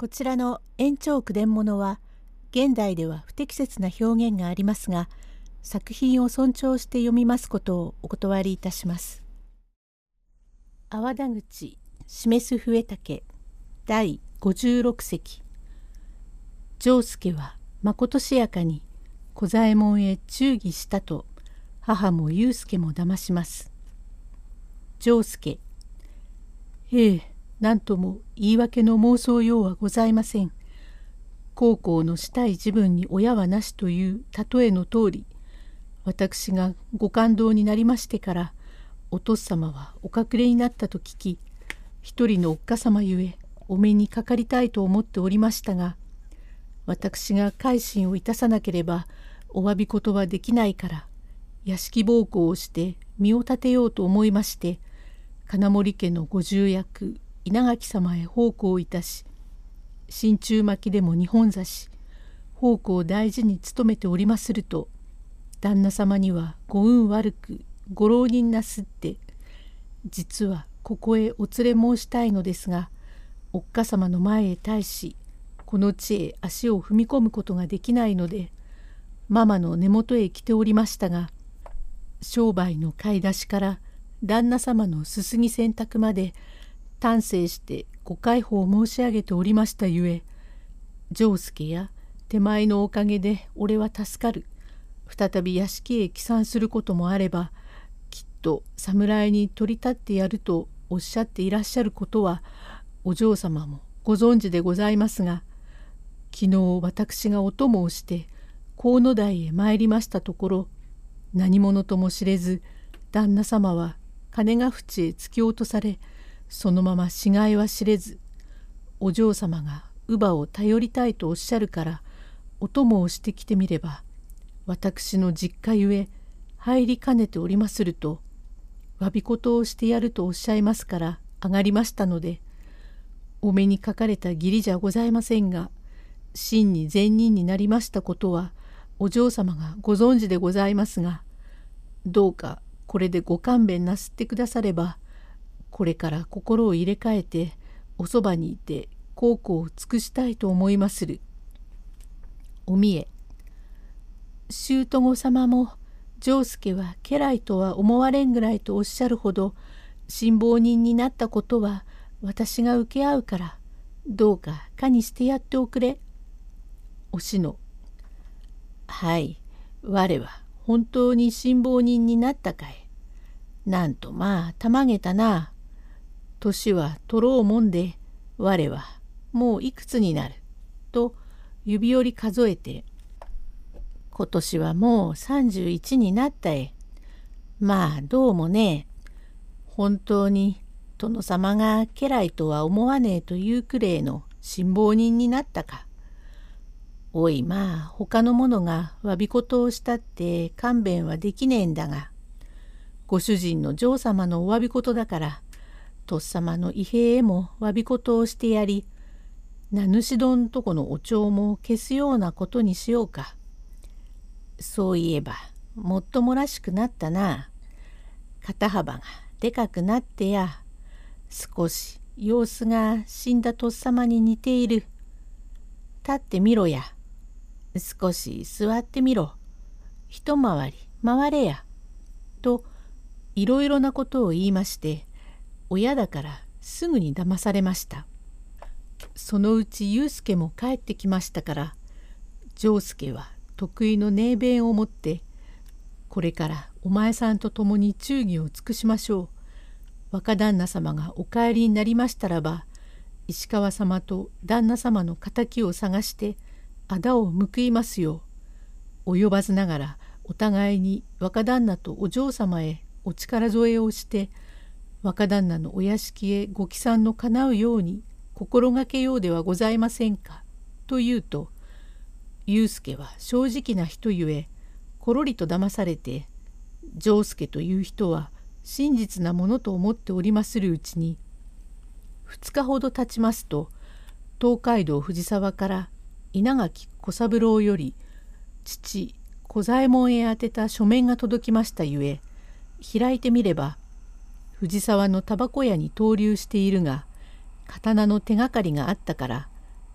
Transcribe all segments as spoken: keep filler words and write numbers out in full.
こちらの延長句伝物は現代では不適切な表現がありますが、作品を尊重して読みますことをお断りいたします。阿波田口示す笛竹だいごじゅうろく席。丈助はまことしやかに小左衛門へ忠義したと母も祐介も騙します。丈助、ええ、なんとも言い訳の妄想ようはございません。孝行のしたい自分に親はなしという例えの通り、私がご勘当になりましてからお父様はお隠れになったと聞き、一人のおっかさまゆえお目にかかりたいと思っておりましたが、私が改心をいたさなければお詫び事はできないから屋敷奉公をして身を立てようと思いまして、金森家のご重役稲垣様へ奉公いたし、真鍮巻きでも二本差し奉公を大事に務めておりますると、旦那様にはご運悪くご浪人なすって、実はここへお連れ申したいのですが、おっかさまの前へ対しこの地へ足を踏み込むことができないので、ママの根元へ来ておりましたが、商売の買い出しから旦那様のすすぎ洗濯まで丹精してご介抱申し上げておりましたゆえ、丈助や手前のおかげで俺は助かる。再び屋敷へ帰参することもあれば、きっと侍に取り立ってやるとおっしゃっていらっしゃることはお嬢様もご存知でございますが、昨日私がお供をして河野台へ参りましたところ、何者とも知れず旦那様は金ヶ淵へ突き落とされ、そのまま死骸は知れず、お嬢様が乳母を頼りたいとおっしゃるからお供をしてきてみれば、私の実家ゆえ入りかねておりますると、詫び事をしてやるとおっしゃいますから上がりましたので、お目にかかれた義理じゃございませんが、真に善人になりましたことはお嬢様がご存知でございますが、どうかこれでご勘弁なすってくだされば、これから心を入れ替えておそばにいて孝行を尽くしたいと思いまする。おみえ、舅御様も丈助は家来とは思われんぐらいとおっしゃるほど辛抱人になったことは私が請け合うから、どうかかにしてやっておくれ。おしの、はい、我は本当に辛抱人になったかい。なんとまあたまげたな。年は取ろうもんで、我はもういくつになると指折り数えて、今年はもうさんじゅういちになったえ。まあどうもね、本当に殿様が家来とは思わねえというくれいの辛抱人になったか。おい、まあ他の者が詫び事をしたって勘弁はできねえんだが、ご主人の嬢様のお詫び事だから、とっさまの異兵へも詫び事をしてやり、名主丼とこのお帳も消すようなことにしようか。そういえばもっともらしくなったな。肩幅がでかくなってや、少し様子が死んだとっさまに似ている。立ってみろや。少し座ってみろ。一回り回れや。といろいろなことを言いまして、親だからすぐに騙されました。そのうち祐介も帰ってきましたから、丈助は得意の名弁を持って、これからお前さんと共に忠義を尽くしましょう。若旦那様がお帰りになりましたらば、石川様と旦那様の敵を探して仇を報いますよう、及ばずながらお互いに若旦那とお嬢様へお力添えをして、若旦那のお屋敷へご帰参の叶うように心がけようではございませんか。と言うと、祐介は正直な人ゆえころりと騙されて、丈助という人は真実なものと思っておりまするうちに、二日ほど経ちますと、東海道藤沢から稲垣小三郎より父小左衛門へ宛てた書面が届きましたゆえ、開いてみれば、藤沢のタバコ屋に投留しているが刀の手がかりがあったから、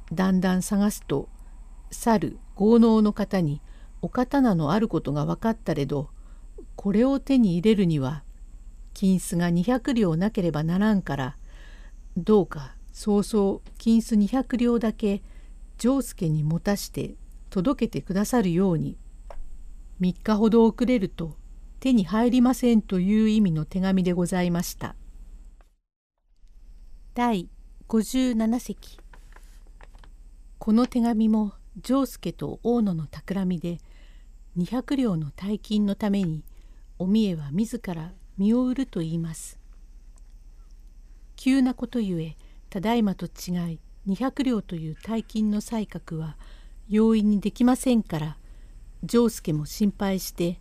だんだん探すと、去る豪農の方にお刀のあることが分かったれど、これを手に入れるには金子がにひゃく両なければならんから、どうかそうそう金子にひゃく両だけ丈助に持たして届けてくださるように。みっかほど遅れると手に入りませんという意味の手紙でございました。だいごじゅうななせき。この手紙も丈助と大野の企みで、にひゃく両の大金のためにお三重は自ら身を売ると言います。急なことゆえただいまと違いにひゃく両という大金の歳覚は容易にできませんから、丈助も心配して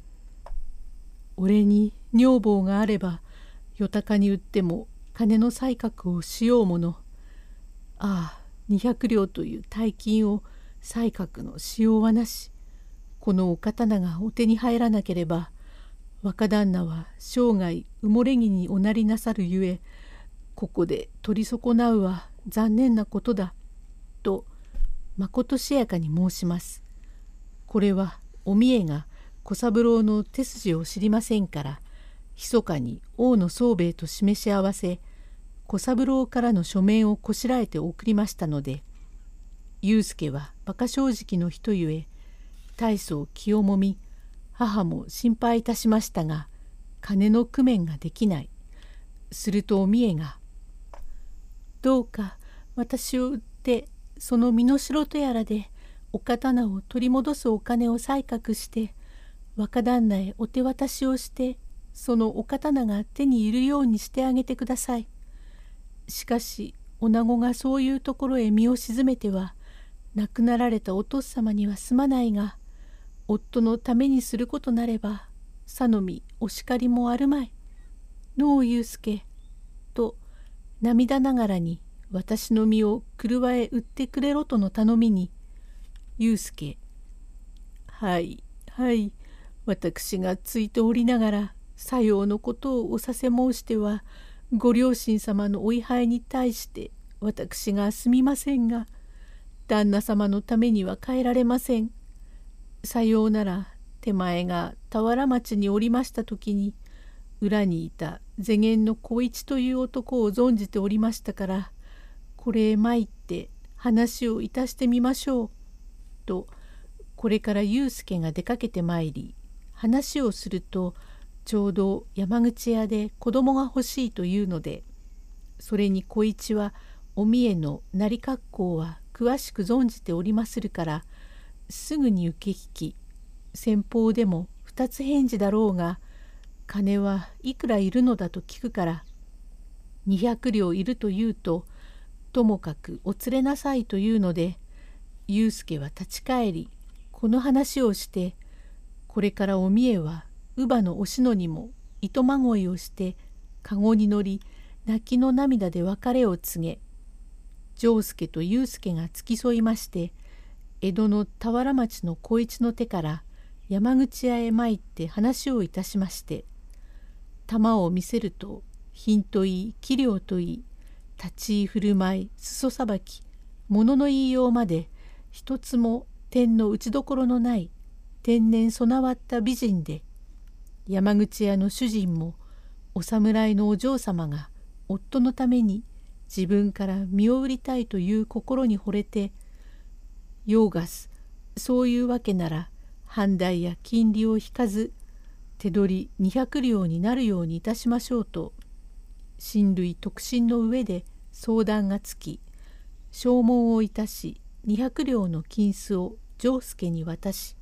「俺に女房があれば夜高に売っても金の歳覚をしようもの。ああにひゃく両という大金を歳覚のしようはなし。このお刀がお手に入らなければ若旦那は生涯埋もれ木におなりなさるゆえ、ここで取り損なうは残念なことだ」とまことしやかに申します。これはお三重が小三郎の手筋を知りませんから、密かに大野宗兵衛と示し合わせ、小三郎からの書面をこしらえて送りましたので、祐介は馬鹿正直の人ゆえ大層気をもみ、母も心配いたしましたが金の工面ができない。するとお三重が「どうか私を売ってその身代とやらでお刀を取り戻すお金を歳覚して若旦那へお手渡しをして、そのお刀が手に入るようにしてあげてください。しかし女子がそういうところへ身を沈めては亡くなられたお父様にはすまないが、夫のためにすることなればさのみお叱りもあるまい。のう祐介」と涙ながらに私の身を車へ売ってくれろとの頼みに、祐介「はいはい私がついておりながらさようのことをおさせ申してはご両親様のお位牌に対して私がすみませんが、旦那様のためには変えられません。さようなら手前が田原町におりました時に裏にいた世間の小一という男を存じておりましたから、これへ参って話をいたしてみましょう」と、これから祐介が出かけてまいり話をすると、ちょうど山口屋で子供が欲しいというので、それに小一はお三重の成格好は詳しく存じておりまするから、すぐに受け引き、先方でも二つ返事だろうが、金はいくらいるのだと聞くから、にひゃく両いるというと、ともかくお連れなさいというので、祐介は立ち返り、この話をして、これからお三重は乳母のおしのにも糸まごいをして、かごに乗り、泣きの涙で別れを告げ、丈助と祐介が付き添いまして、江戸の田原町の小一の手から山口屋へ参って話をいたしまして、玉を見せると品といい器量といい、立ち居振る舞い裾さばき物の言いようまで一つも点の打ちどころのない天然備わった美人で、山口屋の主人もお侍のお嬢様が夫のために自分から身を売りたいという心に惚れて、ヨーガスそういうわけなら藩代や金利を引かず手取りにひゃく両になるようにいたしましょうと、親類特進の上で相談がつき、証文をいたしにひゃく両の金子を丈助に渡し、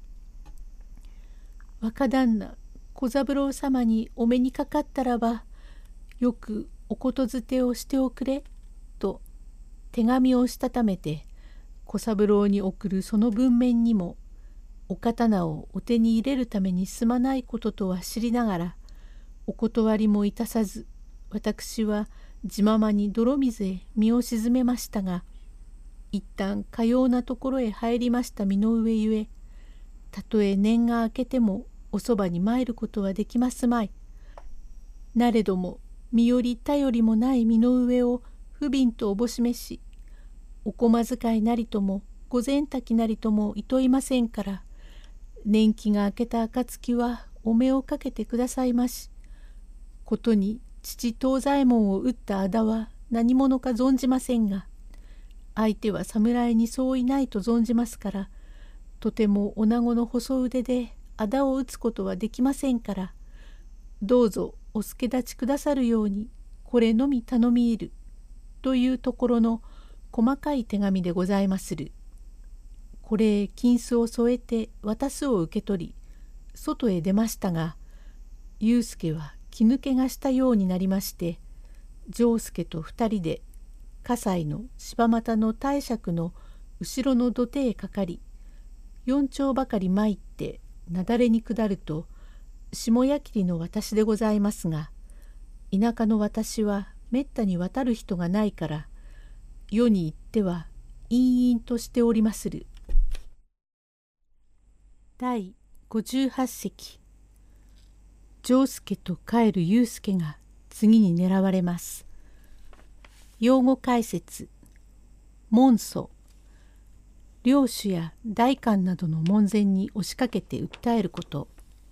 若旦那小三郎様にお目にかかったらばよくおことづてをしておくれと手紙をしたためて、小三郎に送るその文面にもお刀をお手に入れるためにすまないこととは知りながらお断りもいたさず、私は自ままに泥水へ身を沈めましたが、一旦かようなところへ入りました身の上ゆえ、たとえ年が明けてもおそばに参ることはできますまい。なれども身より頼りもない身の上を不憫とおぼしめし、 お小遣いなりとも御前炊なりともいといませんから、年季が明けた暁はお目をかけてくださいまし。ことに父東左衛門を撃った仇は何者か存じませんが、相手は侍にそういないと存じますから、とても女子の細腕で仇を撃つことはできませんから、どうぞお助立ちくださるようにこれのみ頼み入る、というところの細かい手紙でございまする。これ金子を添えて渡すを受け取り、外へ出ましたが、祐介は気抜けがしたようになりまして、丈助と二人で葛西の柴又の大釈の後ろの土手へかかり、四丁ばかり参って雪崩に下ると、下矢切の私でございますが、田舎の私はめったに渡る人がないから、世に言っては陰々としておりまする。だいごじゅうはちせき。丈助と帰る祐介が次に狙われます。用語解説。門祖。領主や代官などの門前に押しかけて訴えること。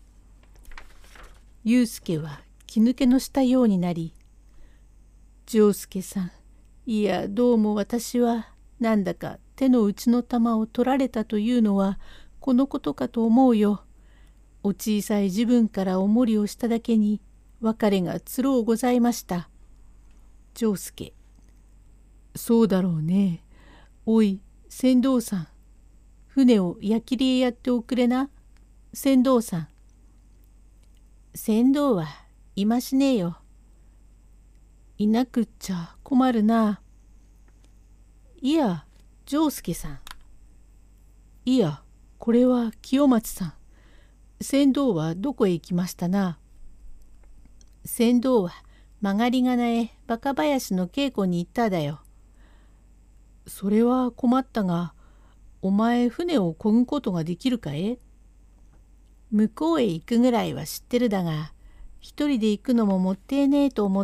祐介は気抜けのしたようになり、丈助さん、いやどうも私はなんだか手の内の玉を取られたというのはこのことかと思うよ。お小さい自分からお守りをしただけに別れがつろうございました。丈助。そうだろうね。おい、船頭さん。船を矢切へやっておくれな。船頭さん。船頭はいましねえよ。いなくっちゃ困るな。いや、丈助さん。いや、これは清松さん。船頭はどこへ行きましたな。船頭は曲がり仮名へバカ林の稽古に行っただよ。それは困ったが、お前船を漕ぐことができるかえ？向こうへ行くぐらいは知ってるだが、一人で行くのももってえねえと思って、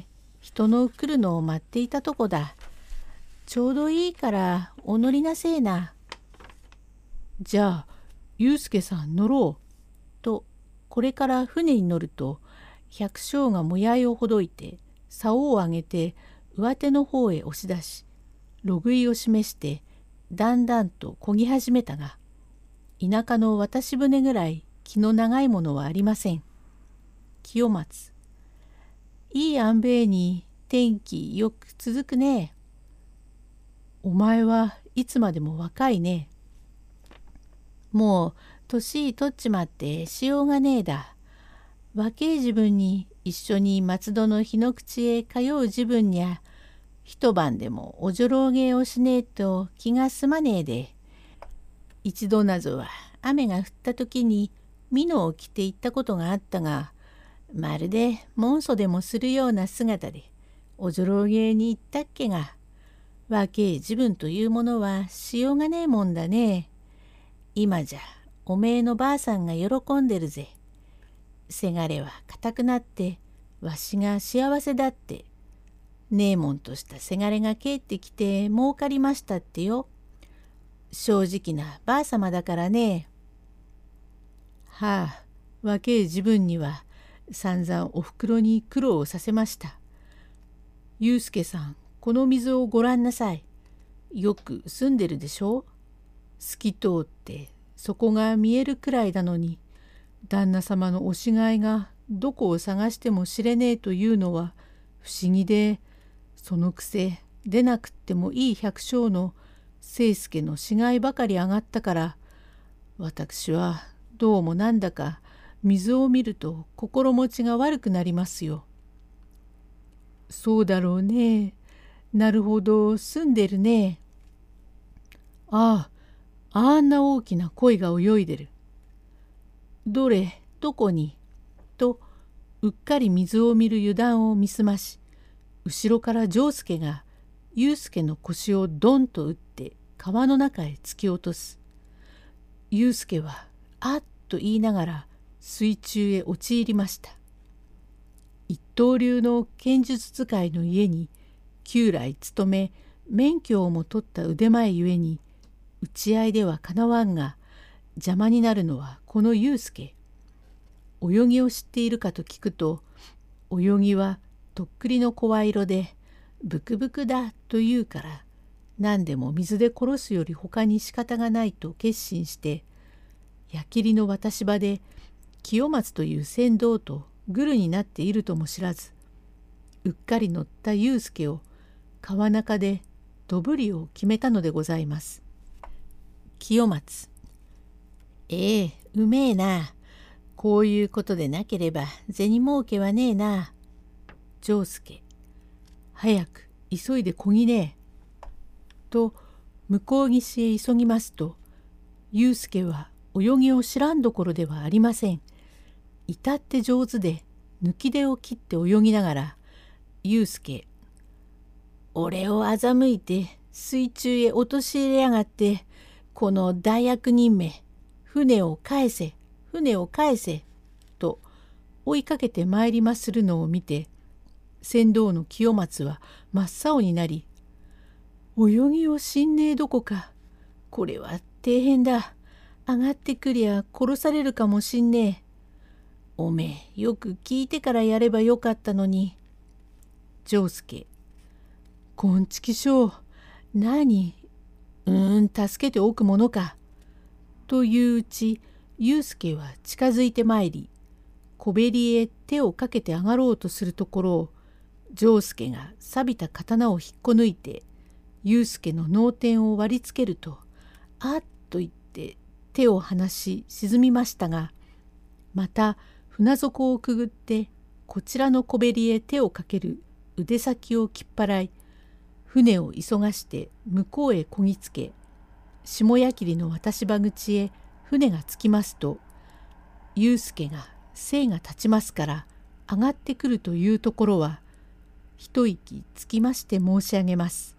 人の来るのを待っていたとこだ。ちょうどいいからお乗りなせえな。じゃあ、祐介さん乗ろう。と、これから船に乗ると、百姓がもやいをほどいて、竿を上げて、上手の方へ押し出し、路食いを示して、だんだんと漕ぎ始めたが、田舎の渡し船ぐらい気の長いものはありません。清松。いい安兵衛に天気よく続くね。お前はいつまでも若いね。もう年取っちまってしようがねえだ。若え自分に一緒に松戸の日の口へ通う自分にゃ、一晩でもお女郎芸をしねえと気が済まねえで。一度なぞは雨が降った時に美濃を着て行ったことがあったが、まるで紋素でもするような姿でお女郎芸に行ったっけが、若え自分というものはしようがねえもんだね。今じゃおめえのばあさんが喜んでるぜ。せがれは固くなってわしが幸せだって。ねえもんとしたせがれが帰ってきて儲かりましたってよ。正直なばあさまだからね。はあ、若え自分には散々おふくろに苦労をさせました。祐介さん、この水をご覧なさい。よく澄んでるでしょう。透き通って底が見えるくらいなのに、旦那様のおしがいがどこを探しても知れねえというのは不思議で、そのくせ出なくってもいい百姓の清助の死骸ばかり上がったから、私はどうもなんだか水を見ると心持ちが悪くなりますよ。そうだろうね。なるほど、澄んでるね。ああ、あんな大きな鯉が泳いでる。どれ、どこにと、うっかり水を見る油断を見すまし、後ろから丈助が祐介の腰をドンと打って川の中へ突き落とす。祐介はあっと言いながら水中へ陥りました。一刀流の剣術使いの家に旧来勤め、 免許をも取った腕前ゆえに打ち合いではかなわんが、邪魔になるのはこの祐介。泳ぎを知っているかと聞くと、泳ぎはとっくりの声色でブクブクだと言うから、何でも水で殺すより他に仕方がないと決心して、矢切の渡し場で清松という船頭とグルになっているとも知らず、うっかり乗った祐介を川中でどぶりを決めたのでございます。清松。ええ、うめえな。こういうことでなければ銭儲けはねえな。丈介。早く急いでこぎねえ。と向こう岸へ急ぎますと、祐介は泳ぎを知らんどころではありません。至って上手で抜き手を切って泳ぎながら、祐介。俺を欺いて水中へ陥れやがって、この大悪人め、船を返せ、船を返せ、と追いかけてまいりまするのを見て、船頭の清松は真っ青になり、泳ぎを知んねえどこか、これは底辺だ。上がってくりゃ殺されるかもしんねえ。おめえよく聞いてからやればよかったのに。丈介。こんちきしょう。何うーん助けておくものか。といううち、祐介は近づいてまいり、小べりへ手をかけて上がろうとするところを、丈介が錆びた刀を引っこ抜いて、祐介の脳天を割りつけると、あっと言って手を離し沈みましたが、また船底をくぐってこちらの小べりへ手をかける腕先をきっぱらい、船を急がして向こうへこぎつけ、下矢切の渡し場口へ船が着きますと、祐介が精が立ちますから上がってくるというところは、一息つきまして申し上げます。